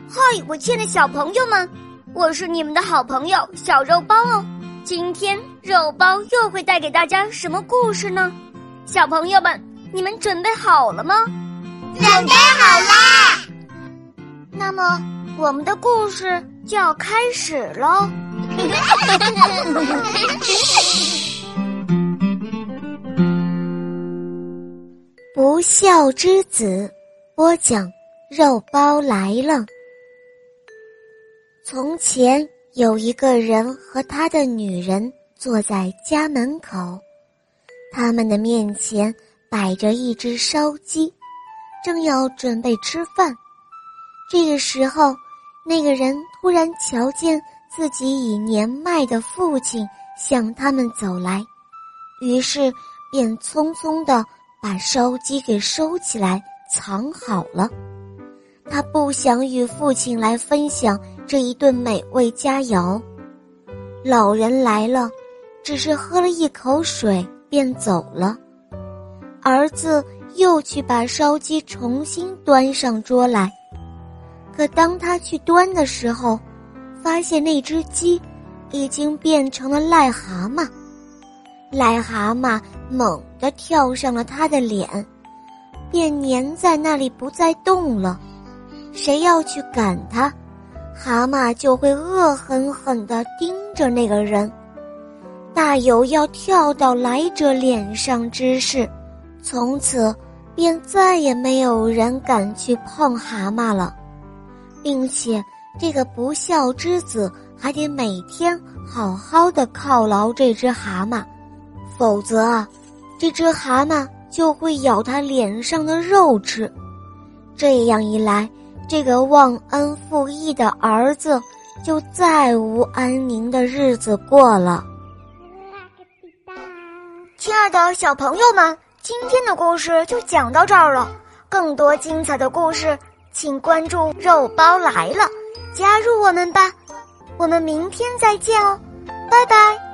嗨，我亲爱的小朋友们，我是你们的好朋友小肉包哦。今天肉包又会带给大家什么故事呢？小朋友们，你们准备好了吗？ 准备好啦！ 那么我们的故事就要开始喽。不孝之子，播讲肉包来了。从前有一个人和他的女人坐在家门口，他们的面前摆着一只烧鸡，正要准备吃饭。这个时候，那个人突然瞧见自己已年迈的父亲向他们走来，于是便匆匆地把烧鸡给收起来藏好了。他不想与父亲来分享这一顿美味佳肴。老人来了，只是喝了一口水便走了。儿子又去把烧鸡重新端上桌来，可当他去端的时候，发现那只鸡已经变成了癞蛤蟆。癞蛤蟆猛地跳上了他的脸，便粘在那里不再动了。谁要去赶他，蛤蟆就会恶狠狠地盯着那个人，大有要跳到来者脸上之势。从此便再也没有人敢去碰蛤蟆了，并且这个不孝之子还得每天好好的犒劳这只蛤蟆，否则这只蛤蟆就会咬他脸上的肉吃。这样一来，这个忘恩负义的儿子就再无安宁的日子过了。亲爱的小朋友们，今天的故事就讲到这儿了。更多精彩的故事，请关注肉包来了，加入我们吧。我们明天再见哦，拜拜。